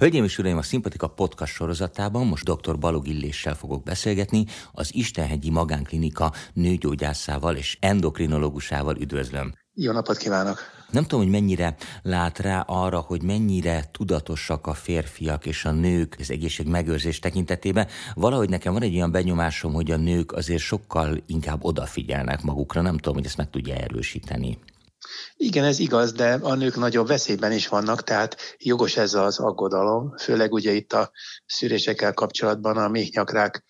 Hölgyeim és uraim, a Szimpatika podcast sorozatában most dr. Balog Illéssel fogok beszélgetni, az Istenhegyi Magánklinika nőgyógyászával és endokrinológusával. Üdvözlöm! Jó napot kívánok! Nem tudom, hogy mennyire lát rá arra, hogy mennyire tudatosak a férfiak és a nők az egészség megőrzés tekintetében. Valahogy nekem van egy olyan benyomásom, hogy a nők azért sokkal inkább odafigyelnek magukra. Nem tudom, hogy ezt meg tudja erősíteni. Igen, ez igaz, de a nők nagyobb veszélyben is vannak, tehát jogos ez az aggodalom, főleg ugye itt a szűrésekkel kapcsolatban a méhnyakrák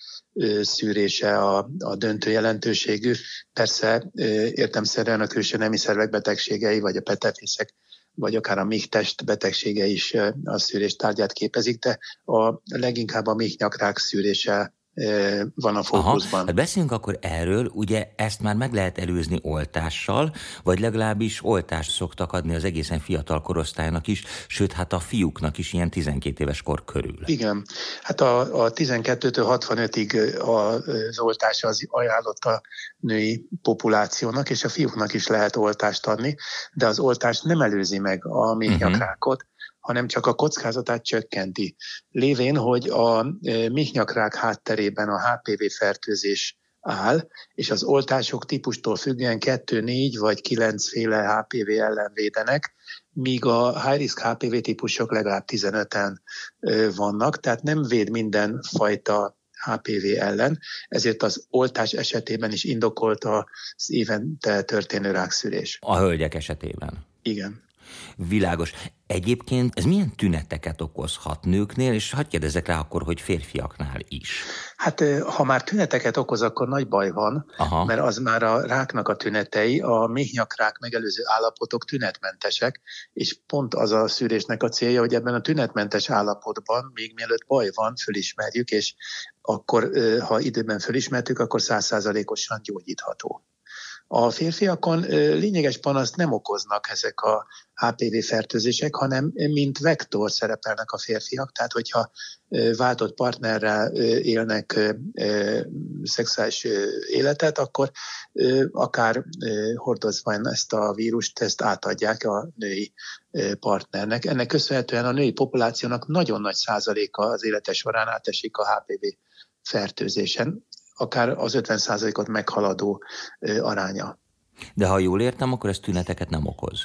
szűrése a döntő jelentőségű. Persze értelemszerűen a külső nemi szervek betegségei, vagy a petefészek, vagy akár a méhtest betegsége is a szűrés tárgyát képezik, de leginkább a méhnyakrák szűrése van a fókuszban. Hát beszéljünk akkor erről, ugye ezt már meg lehet előzni oltással, vagy legalábbis oltást szoktak adni az egészen fiatal korosztálynak is, sőt, hát a fiúknak is ilyen 12 éves kor körül. Igen, hát a 12-től 65-ig az oltás az ajánlott a női populációnak, és a fiúknak is lehet oltást adni, de az oltás nem előzi meg a méhnyakrákot, hanem csak a kockázatát csökkenti. Lévén, hogy a méhnyakrák hátterében a HPV-fertőzés áll, és az oltások típustól függően 2, 4 vagy 9 féle HPV ellen védenek, míg a high-risk HPV típusok legalább 15-en vannak, tehát nem véd minden fajta HPV ellen, ezért az oltás esetében is indokolt az évente történő rákszűrés. A hölgyek esetében? Igen. Világos. Egyébként ez milyen tüneteket okozhat nőknél, és hadd kérdezzek rá akkor, hogy férfiaknál is? Hát ha már tüneteket okoz, akkor nagy baj van, mert az már a ráknak a tünetei, a méhnyakrák megelőző állapotok tünetmentesek, és pont az a szűrésnek a célja, hogy ebben a tünetmentes állapotban, még mielőtt baj van, fölismerjük, és akkor, ha időben fölismertük, akkor 100%-osan gyógyítható. A férfiakon lényeges panaszt nem okoznak ezek a HPV-fertőzések, hanem mint vektor szerepelnek a férfiak, tehát hogyha váltott partnerrel élnek szexuális életet, akkor akár hordozván ezt a vírust, ezt átadják a női partnernek. Ennek köszönhetően a női populációnak nagyon nagy százaléka az élete során átesik a HPV-fertőzésen, akár az 50%-ot meghaladó aránya. De ha jól értem, akkor ez tüneteket nem okoz.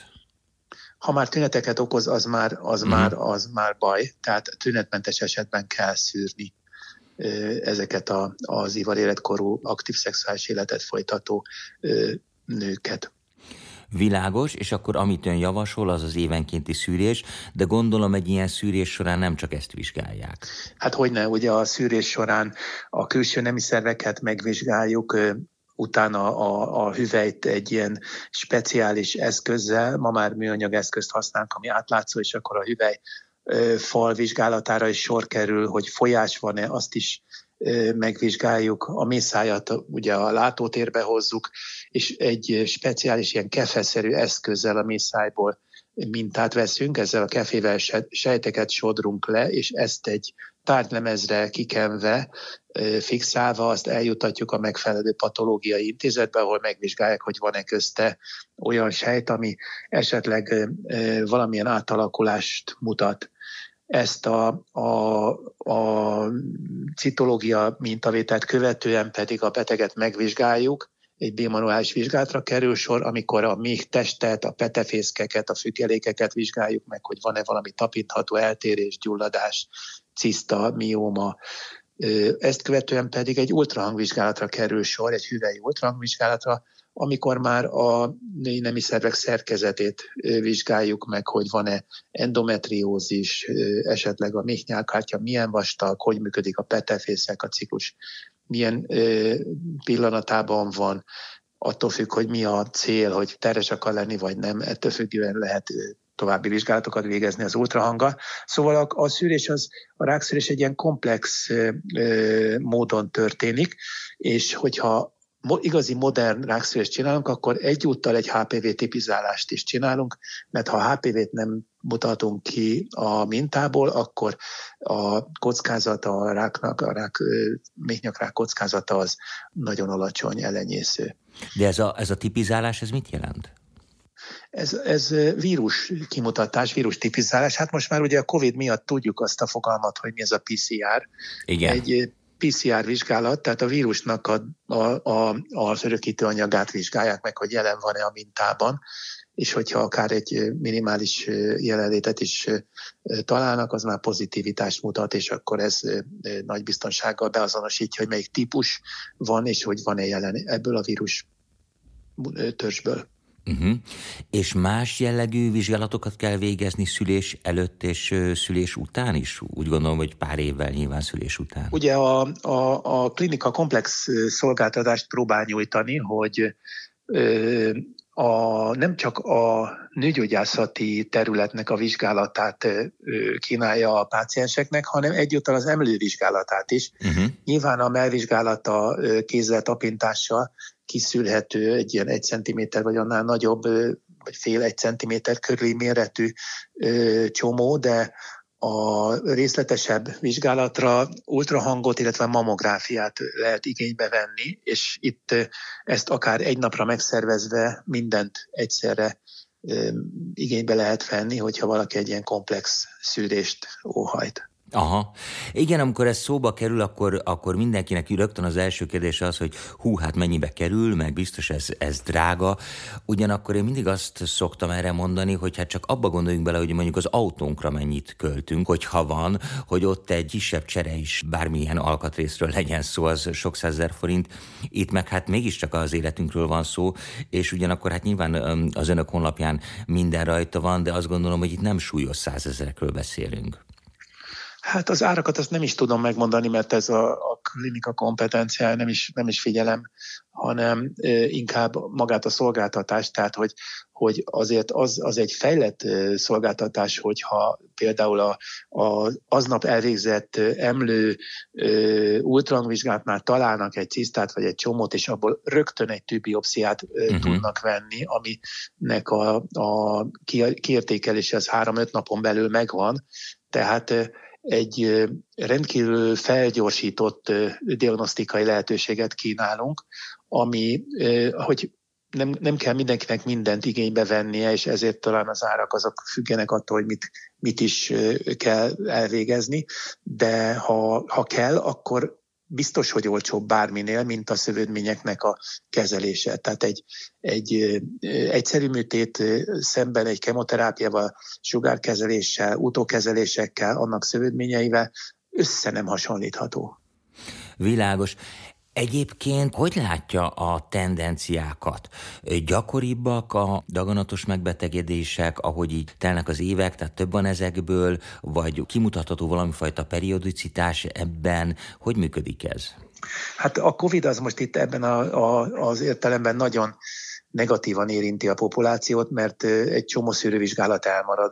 Ha már tüneteket okoz, az már baj, tehát tünetmentes esetben kell szűrni ezeket az ivaréletkorú aktív szexuális életet folytató nőket. Világos, és akkor amit ön javasol, az az évenkénti szűrés, de gondolom egy ilyen szűrés során nem csak ezt vizsgálják. Hát hogyne, ugye a szűrés során a külső nemi szerveket megvizsgáljuk, utána a hüvelyt egy ilyen speciális eszközzel, ma már műanyag eszközt használunk, ami átlátszó, és akkor a hüvely fal vizsgálatára is sor kerül, hogy folyás van-e, azt is megvizsgáljuk, a mészájat ugye a látótérbe hozzuk, és egy speciális ilyen kefeszerű eszközzel a mészájból mintát veszünk, ezzel a kefével sejteket sodrunk le, és ezt egy tárgylemezre kikenve, fixálva azt eljutatjuk a megfelelő patológiai intézetbe, ahol megvizsgálják, hogy van-e közte olyan sejt, ami esetleg valamilyen átalakulást mutat. Ezt a citológia mintavételt követően pedig a beteget megvizsgáljuk, egy bimanuális vizsgálatra kerül sor, amikor a méhtestet, a petefészkeket, a függelékeket vizsgáljuk meg, hogy van-e valami tapintható eltérés, gyulladás, ciszta, mióma. Ezt követően pedig egy ultrahangvizsgálatra kerül sor, egy hüvelyi ultrahangvizsgálatra, amikor már a női nemi szervek szerkezetét vizsgáljuk meg, hogy van-e endometriózis, esetleg a méhnyálkártya milyen vastag, hogy működik a petefészek, a ciklus milyen pillanatában van, attól függ, hogy mi a cél, hogy terhes akar lenni, vagy nem, ettől függően lehet további vizsgálatokat végezni az ultrahanggal. Szóval a szűrés, a rákszűrés egy ilyen komplex módon történik, és hogyha igazi modern rákszűrést csinálunk, akkor egyúttal egy HPV tipizálást is csinálunk, mert ha HPV-t nem mutatunk ki a mintából, akkor a kockázata a ráknak, a méhnyakrák kockázata az nagyon alacsony, elenyésző. De ez a tipizálás, ez mit jelent? Ez vírus kimutatás, vírus tipizálás. Hát most már ugye a Covid miatt tudjuk azt a fogalmat, hogy mi ez a PCR. Igen. Egy PCR vizsgálat, tehát a vírusnak az örökítő anyagát vizsgálják meg, hogy jelen van-e a mintában, és hogyha akár egy minimális jelenlétet is találnak, az már pozitivitást mutat, és akkor ez nagy biztonsággal beazonosítja, hogy melyik típus van, és hogy van-e jelen ebből a vírus törzsből. És más jellegű vizsgálatokat kell végezni szülés előtt és szülés után is? Úgy gondolom, hogy pár évvel nyilván szülés után. Ugye a klinika komplex szolgáltatást próbál nyújtani, hogy nem csak a nőgyógyászati területnek a vizsgálatát kínálja a pácienseknek, hanem egyúttal az emlővizsgálatát is. Nyilván a mellvizsgálata kézzel tapintással kiszűrhető egy ilyen 1 centiméter vagy annál nagyobb, vagy fél 1 centiméter körüli méretű csomó, de a részletesebb vizsgálatra ultrahangot, illetve mammográfiát lehet igénybe venni, és itt ezt akár egy napra megszervezve mindent egyszerre igénybe lehet venni, hogyha valaki egy ilyen komplex szűrést óhajt. Aha. Igen, amikor ez szóba kerül, akkor mindenkinek rögtön az első kérdés az, hogy hát mennyibe kerül, meg biztos ez drága. Ugyanakkor én mindig azt szoktam erre mondani, hogy hát csak abba gondoljunk bele, hogy mondjuk az autónkra mennyit költünk, hogyha van, hogy ott egy kisebb csere is bármilyen alkatrészről legyen szó, az sok százezer forint. Itt meg hát mégiscsak az életünkről van szó, és ugyanakkor hát nyilván az önök honlapján minden rajta van, de azt gondolom, hogy itt nem súlyos százezerekről beszélünk. Hát az árakat azt nem is tudom megmondani, mert ez a klinika kompetenciája, nem is figyelem, hanem inkább magát a szolgáltatást, tehát hogy azért az egy fejlett szolgáltatás, hogyha például aznap elvégzett emlő ultrahangvizsgálatnál találnak egy cisztát vagy egy csomót, és abból rögtön egy tűbiopsziát tudnak venni, aminek a kiértékelése az 3-5 napon belül megvan, tehát egy rendkívül felgyorsított diagnosztikai lehetőséget kínálunk, ami, hogy nem kell mindenkinek mindent igénybe vennie, és ezért talán az árak azok függenek attól, hogy mit is kell elvégezni, de ha kell, akkor biztos, hogy olcsóbb bárminél, mint a szövődményeknek a kezelése. Tehát egy egyszerű műtét szemben egy kemoterápiával, sugárkezeléssel, utókezelésekkel, annak szövődményeivel össze nem hasonlítható. Világos. Egyébként hogy látja a tendenciákat? Gyakoribbak a daganatos megbetegedések, ahogy így telnek az évek, tehát több van ezekből, vagy kimutatható valamifajta periodicitás ebben? Hogy működik ez? Hát a Covid az most itt ebben az értelemben nagyon negatívan érinti a populációt, mert egy csomó szűrővizsgálat elmarad.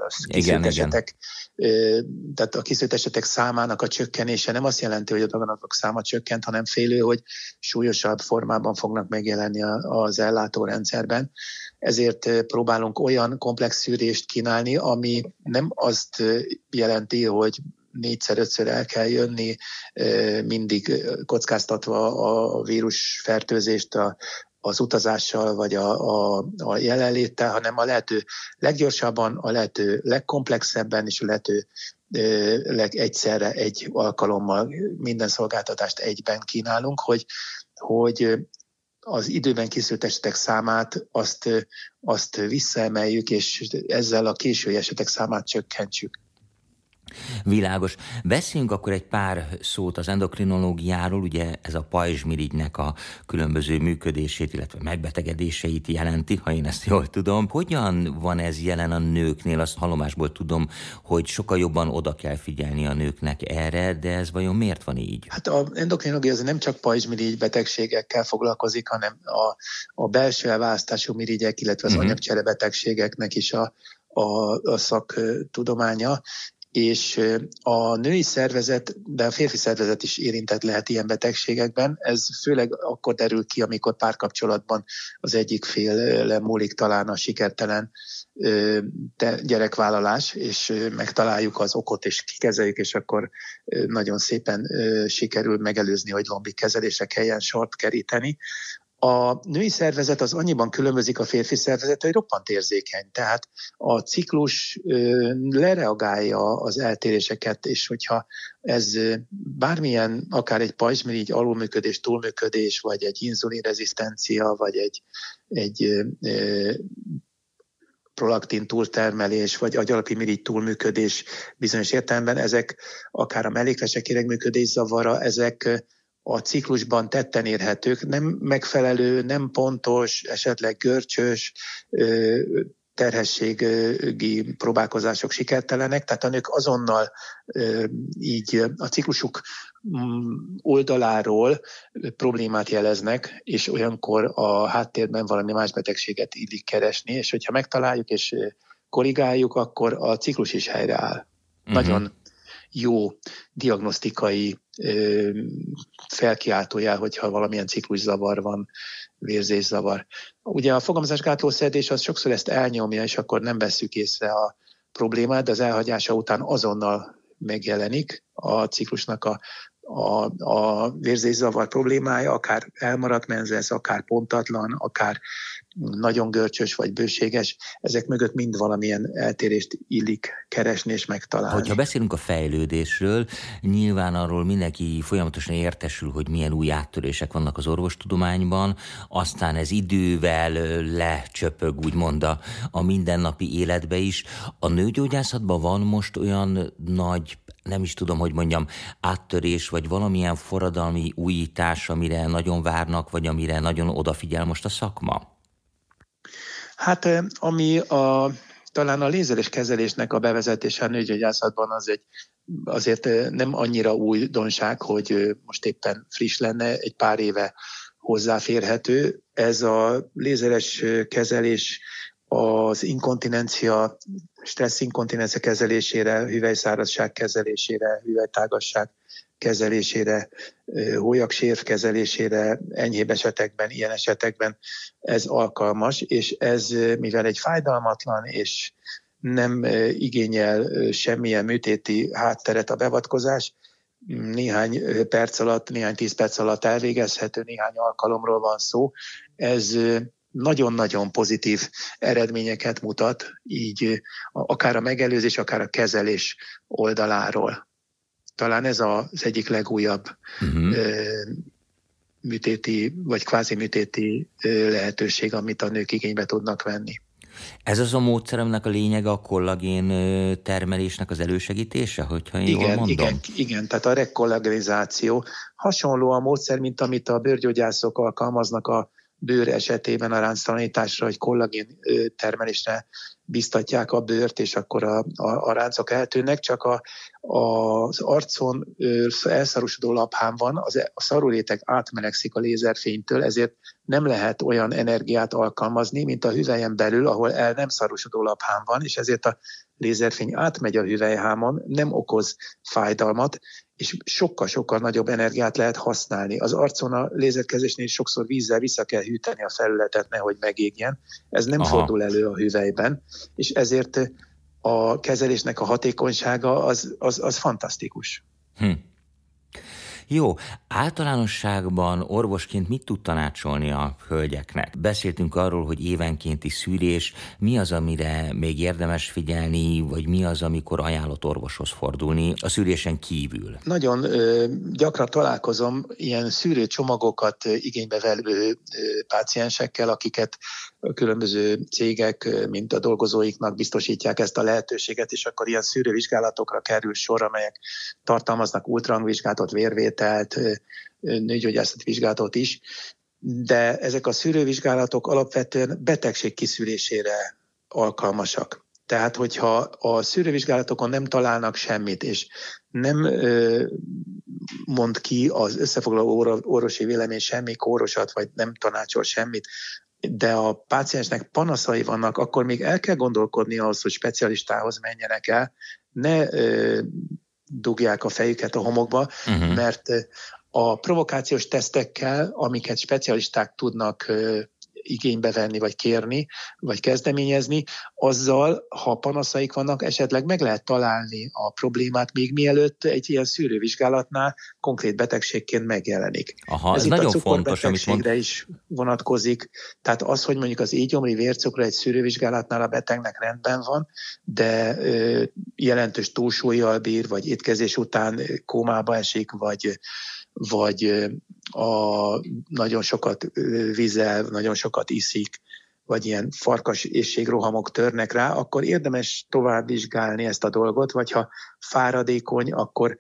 Tehát a kiszűrt esetek számának a csökkenése nem azt jelenti, hogy a daganatok száma csökkent, hanem félő, hogy súlyosabb formában fognak megjelenni az ellátórendszerben. Ezért próbálunk olyan komplex szűrést kínálni, ami nem azt jelenti, hogy 4-5-ször el kell jönni, mindig kockáztatva a vírusfertőzést az utazással vagy a jelenléttel, hanem a lehető leggyorsabban, a lehető legkomplexebben és a lehető legegyszerre egy alkalommal minden szolgáltatást egyben kínálunk, hogy az időben kiszűrt esetek számát azt visszaemeljük, és ezzel a késői esetek számát csökkentsük. Világos. Beszéljünk akkor egy pár szót az endokrinológiáról, ugye ez a pajzsmirigynek a különböző működését, illetve megbetegedéseit jelenti, ha én ezt jól tudom. Hogyan van ez jelen a nőknél? Azt hallomásból tudom, hogy sokkal jobban oda kell figyelni a nőknek erre, de ez vajon miért van így? Hát az endokrinológia az nem csak pajzsmirigy betegségekkel foglalkozik, hanem a belső elválasztású mirigyek, illetve az anyagcsere betegségeknek is a szaktudománya, és a női szervezet, de a férfi szervezet is érintett lehet ilyen betegségekben. Ez főleg akkor derül ki, amikor párkapcsolatban az egyik fél múlik talán a sikertelen gyerekvállalás, és megtaláljuk az okot, és kikezeljük, és akkor nagyon szépen sikerül megelőzni, hogy lombik kezelésre kelljen sort keríteni. A női szervezet az annyiban különbözik a férfi szervezet, hogy roppant érzékeny. Tehát a ciklus lereagálja az eltéréseket, és hogyha ez bármilyen, akár egy pajzsmirigy alulműködés, túlműködés, vagy egy inzulinrezisztencia, vagy egy prolaktin túltermelés, vagy agyalapi mirigy túlműködés bizonyos értelemben, ezek akár a mellékvesek éregműködés zavara, ezek a ciklusban tetten érhetők, nem megfelelő, nem pontos, esetleg görcsös, terhességi próbálkozások sikertelenek, tehát a nők azonnal így a ciklusuk oldaláról problémát jeleznek, és olyankor a háttérben valami más betegséget illik keresni, és hogyha megtaláljuk és korrigáljuk, akkor a ciklus is helyreáll. Nagyon jó diagnosztikai felkiáltójel, hogyha valamilyen cikluszavar van, vérzészavar. Ugye a fogamzásgátlószedés az sokszor ezt elnyomja, és akkor nem vesszük észre a problémát, de az elhagyása után azonnal megjelenik a ciklusnak a vérzészavar problémája, akár elmaradt menzesz, akár pontatlan, akár nagyon görcsös vagy bőséges, ezek mögött mind valamilyen eltérést illik keresni és megtalálni. Hogyha beszélünk a fejlődésről, nyilván arról mindenki folyamatosan értesül, hogy milyen új áttörések vannak az orvostudományban, aztán ez idővel lecsöpög, úgymond a mindennapi életbe is. A nőgyógyászatban van most olyan nagy, nem is tudom, hogy mondjam, áttörés, vagy valamilyen forradalmi újítás, amire nagyon várnak, vagy amire nagyon odafigyel most a szakma? Hát ami talán a lézeres kezelésnek a bevezetése a nőgyógyászatban azért nem annyira újdonság, hogy most éppen friss lenne, egy pár éve hozzáférhető. Ez a lézeres kezelés az inkontinencia, stresszinkontinencia kezelésére, hüvelyszárazság kezelésére, hüvelytágasság kezelésére, hólyaksérv kezelésére, enyhébb esetekben, ilyen esetekben ez alkalmas, és ez, mivel egy fájdalmatlan és nem igényel semmilyen műtéti hátteret a beavatkozás, néhány perc alatt, néhány 10 perc alatt elvégezhető, néhány alkalomról van szó, ez nagyon-nagyon pozitív eredményeket mutat, így akár a megelőzés, akár a kezelés oldaláról. Talán ez az egyik legújabb műtéti vagy kvázi műtéti lehetőség, amit a nők igénybe tudnak venni. Ez az a módszeremnek a lényege, a kollagén termelésnek az elősegítése, hogyha én jól mondom? Igen, tehát a rekollagenizáció. Hasonló a módszer, mint amit a bőrgyógyászok alkalmaznak a bőr esetében a ránctalanításra, hogy kollagén termelésre biztatják a bőrt, és akkor a ráncok eltűnnek, csak az arcon elszarosodó laphám van, a szaruréteg átmelegszik a lézerfénytől, ezért nem lehet olyan energiát alkalmazni, mint a hüvelyen belül, ahol nem szarosodó laphám van, és ezért a lézerfény átmegy a hüvelyhámon, nem okoz fájdalmat, és sokkal-sokkal nagyobb energiát lehet használni. Az arcon a lézerkezésnél sokszor vízzel vissza kell hűteni a felületet, nehogy megégjen. Ez nem fordul elő a hüvelyben, és ezért a kezelésnek a hatékonysága az fantasztikus. Jó, általánosságban orvosként mit tud tanácsolni a hölgyeknek? Beszéltünk arról, hogy évenkénti szűrés, mi az, amire még érdemes figyelni, vagy mi az, amikor ajánlott orvoshoz fordulni a szűrésen kívül? Nagyon gyakran találkozom ilyen szűrőcsomagokat igénybe vevő páciensekkel, akiket a különböző cégek, mint a dolgozóiknak biztosítják ezt a lehetőséget, és akkor ilyen szűrővizsgálatokra kerül sor, amelyek tartalmaznak ultrahangvizsgálatot, vérvételt, nőgyógyászati vizsgálatot is, de ezek a szűrővizsgálatok alapvetően betegség kiszűrésére alkalmasak. Tehát, hogyha a szűrővizsgálatokon nem találnak semmit, és nem mond ki az összefoglaló orvosi vélemény semmi kórosat, vagy nem tanácsol semmit, de a páciensnek panaszai vannak, akkor még el kell gondolkodni ahhoz, hogy specialistához menjenek el, ne dugják a fejüket a homokba, mert a provokációs tesztekkel, amiket specialisták tudnak igénybe venni, vagy kérni, vagy kezdeményezni, azzal, ha panaszaik vannak, esetleg meg lehet találni a problémát, még mielőtt egy ilyen szűrővizsgálatnál konkrét betegségként megjelenik. Aha, ez ez itt nagyon a fontos, amit mond. cukorbetegségre is vonatkozik. Tehát az, hogy mondjuk az égyomri vércukor egy szűrővizsgálatnál a betegnek rendben van, de jelentős túlsúllyal bír, vagy étkezés után kómába esik, vagy nagyon sokat vizel, nagyon sokat iszik, vagy ilyen farkas éhségrohamok törnek rá, akkor érdemes tovább vizsgálni ezt a dolgot, vagy ha fáradékony, akkor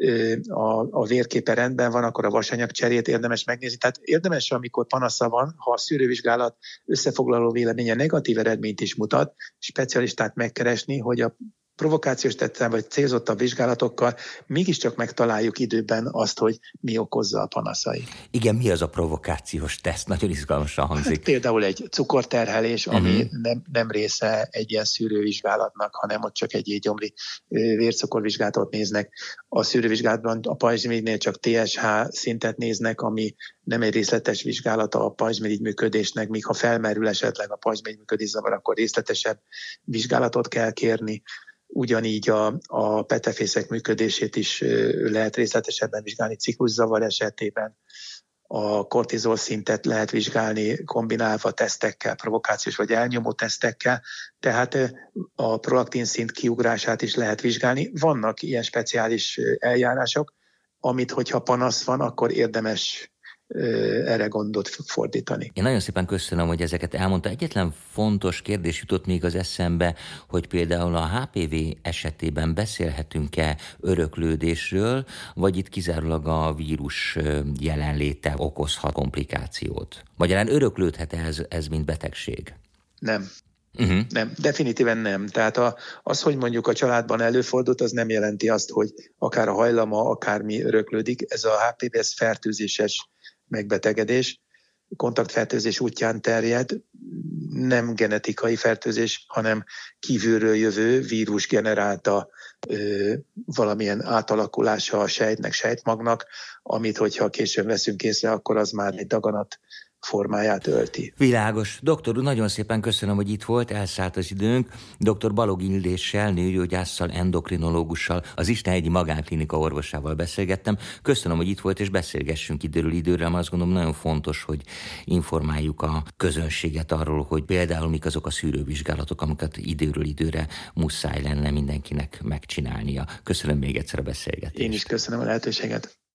a vérképe rendben van, akkor a vasanyagcserét érdemes megnézni. Tehát érdemes, amikor panasza van, ha a szűrővizsgálat összefoglaló véleménye negatív eredményt is mutat, specialistát megkeresni, hogy a provokációs tettel vagy célzottabb vizsgálatokkal mégiscsak megtaláljuk időben azt, hogy mi okozza a panaszait. Igen, mi az a provokációs teszt? Nagyon izgalmasan hangzik. Hát például egy cukorterhelés, ami nem része egy ilyen szűrővizsgálatnak, hanem ott csak egy égyomri vércukorvizsgálatot néznek. A szűrővizsgálatban a pajzsmirigynél csak TSH szintet néznek, ami nem egy részletes vizsgálata a pajzsmirigy működésnek, míg ha felmerül esetleg a pajzsmirigy működés zavar, akkor részletesebb vizsgálatot kell kérni. Ugyanígy a petefészek működését is lehet részletesebben vizsgálni cikluszavar esetében. A kortizol szintet lehet vizsgálni kombinálva tesztekkel, provokációs vagy elnyomó tesztekkel, tehát a prolaktin szint kiugrását is lehet vizsgálni. Vannak ilyen speciális eljárások, amit, hogyha panasz van, akkor érdemes erre gondot fordítani. Én nagyon szépen köszönöm, hogy ezeket elmondta. Egyetlen fontos kérdés jutott még az eszembe, hogy például a HPV esetében beszélhetünk-e öröklődésről, vagy itt kizárólag a vírus jelenléte okozhat komplikációt? Magyarán öröklődhet ez mint betegség? Nem. Nem, definitíven nem. Tehát az, hogy mondjuk a családban előfordult, az nem jelenti azt, hogy akár a hajlama, akármi öröklődik. Ez a HPV, ez fertőzéses megbetegedés, kontaktfertőzés útján terjed, nem genetikai fertőzés, hanem kívülről jövő vírus generálta valamilyen átalakulása a sejtnek, sejtmagnak, amit, hogyha későn veszünk észre, akkor az már egy daganat formáját ölti. Világos. Doktor úr, nagyon szépen köszönöm, hogy itt volt, elszállt az időnk. Dr. Balogh Illéssel, nőgyógyásszal, endokrinológussal, az Istenhegyi Magánklinika orvosával beszélgettem. Köszönöm, hogy itt volt, és beszélgessünk időről időre, mert azt gondolom nagyon fontos, hogy informáljuk a közönséget arról, hogy például mik azok a szűrővizsgálatok, amiket időről időre muszáj lenne mindenkinek megcsinálnia. Köszönöm még egyszer a beszélgetést. Én is köszönöm a lehetőséget.